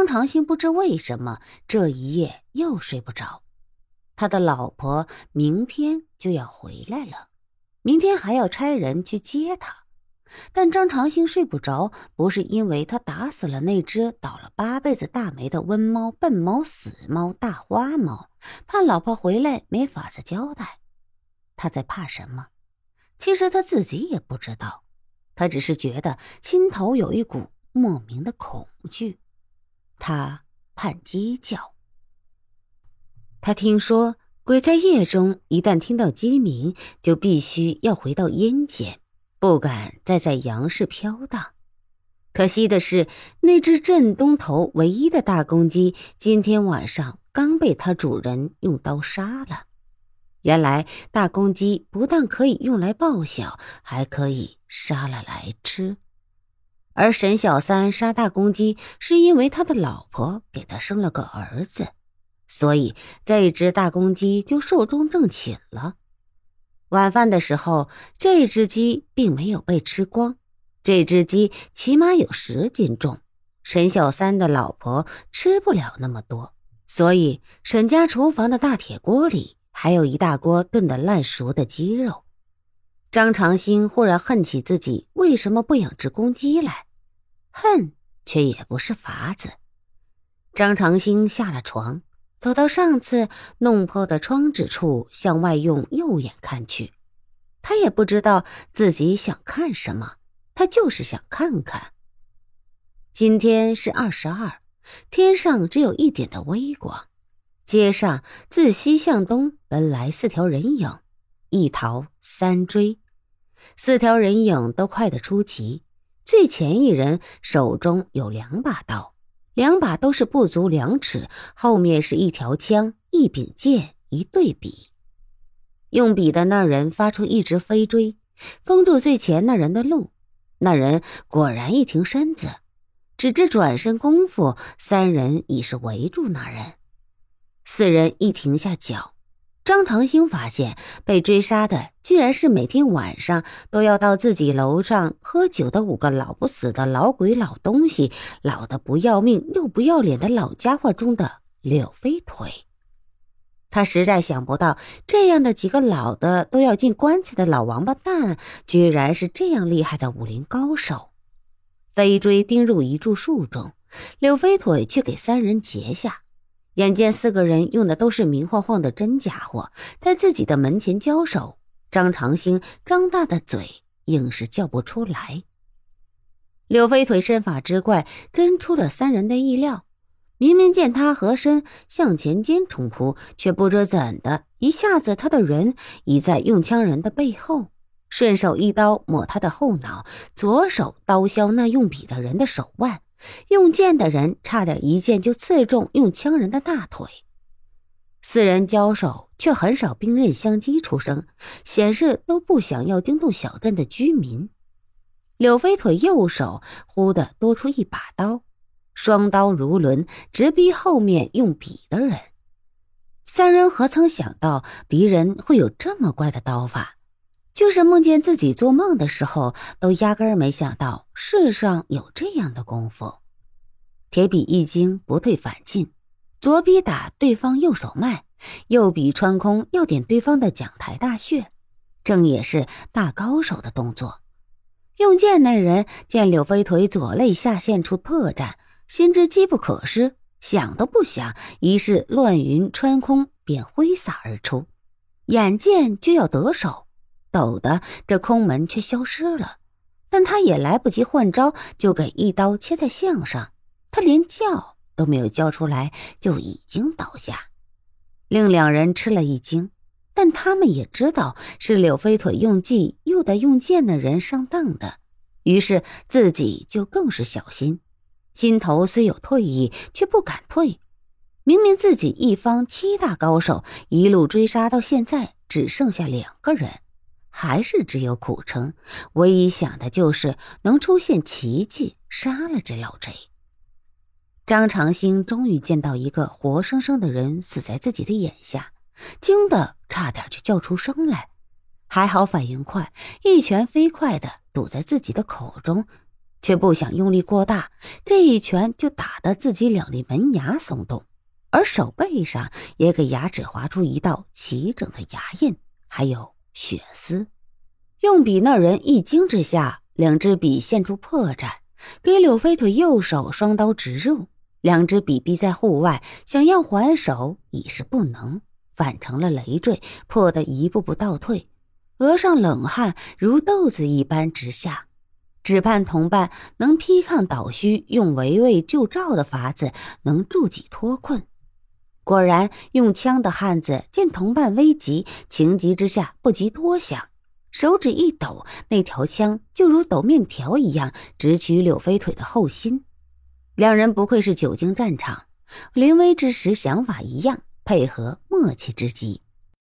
张长兴不知为什么这一夜又睡不着。他的老婆明天就要回来了，明天还要差人去接他。但张长兴睡不着，不是因为他打死了那只倒了8辈子大霉的瘟猫、笨猫、死猫、大花猫，怕老婆回来没法子交代。他在怕什么？其实他自己也不知道，他只是觉得心头有一股莫名的恐惧。他怕鸡叫。他听说鬼在夜中一旦听到鸡鸣，就必须要回到阴间，不敢再在阳世飘荡。可惜的是，那只镇东头唯一的大公鸡今天晚上刚被它主人用刀杀了。原来大公鸡不但可以用来报晓，还可以杀了来吃。而沈小三杀大公鸡是因为他的老婆给他生了个儿子，所以这只大公鸡就寿终正寝了。晚饭的时候，这只鸡并没有被吃光，这只鸡起码有10斤重，沈小三的老婆吃不了那么多，所以沈家厨房的大铁锅里还有一大锅炖得烂熟的鸡肉。张长兴忽然恨起自己为什么不养只公鸡来，恨却也不是法子。张长兴下了床，走到上次弄破的窗纸处，向外用右眼看去。他也不知道自己想看什么，他就是想看看。今天是22，天上只有一点的微光。街上自西向东奔来4条人影，1逃3追。4条人影都快得出奇，最前一人手中有2把刀，2把都是不足2尺，后面是1条枪、1柄剑、1对笔。用笔的那人发出一直飞追，封住最前那人的路。那人果然一停身子，只知转身功夫，3人已是围住那人。4人一停下脚，张长兴发现被追杀的居然是每天晚上都要到自己楼上喝酒的5个老不死的老鬼老东西，老得不要命又不要脸的老家伙中的柳飞腿。他实在想不到，这样的几个老的都要进棺材的老王八蛋，居然是这样厉害的武林高手。飞追钉入一株树中，柳飞腿却给3人截下。眼见4个人用的都是明晃晃的真家伙，在自己的门前交手，张长兴张大的嘴硬是叫不出来。柳飞腿身法之怪，真出了3人的意料。明明见他合身向前间冲扑，却不知怎的，一下子他的人已在用枪人的背后，顺手一刀抹他的后脑，左手刀削那用笔的人的手腕，用剑的人差点一剑就刺中用枪人的大腿。4人交手，却很少兵刃相击出声，显示都不想要惊动小镇的居民。柳飞腿右手忽地多出1把刀，双刀如轮，直逼后面用笔的人。3人何曾想到敌人会有这么怪的刀法，就是梦见自己做梦的时候，都压根儿没想到世上有这样的功夫。铁笔一惊，不退反进，左笔打对方右手脉，右笔穿空要点对方的讲台大穴，正也是大高手的动作。用剑那人见柳飞腿左肋下现出破绽，心知机不可失，想都不想，一式乱云穿空便挥洒而出，眼见就要得手，陡的这空门却消失了。但他也来不及换招，就给一刀切在项上，他连叫都没有叫出来，就已经倒下。另2人吃了一惊，但他们也知道是柳飞腿用计诱得用剑的人上当的，于是自己就更是小心，心头虽有退意，却不敢退。明明自己一方7大高手，一路追杀到现在只剩下2个人，还是只有苦撑，唯一想的就是能出现奇迹，杀了这老贼。张长兴终于见到一个活生生的人死在自己的眼下，惊得差点就叫出声来，还好反应快，一拳飞快地堵在自己的口中， 却不想用力过大，这一拳就打得自己两粒门牙松动，而手背上也给牙齿划出一道齐整的牙印，还有血丝。用笔那人一惊之下，两支笔现出破绽，给柳飞腿右手双刀直入，两支笔逼在户外，想要还手已是不能，反成了累赘，破得一步步倒退，额上冷汗如豆子一般直下，只盼同伴能劈抗倒虚，用围魏救赵的法子能助己脱困。果然，用枪的汉子见同伴危急，情急之下不及多想，手指一抖，那条枪就如抖面条一样直取柳飞腿的后心。两人不愧是久经战场，临危之时想法一样，配合默契之极，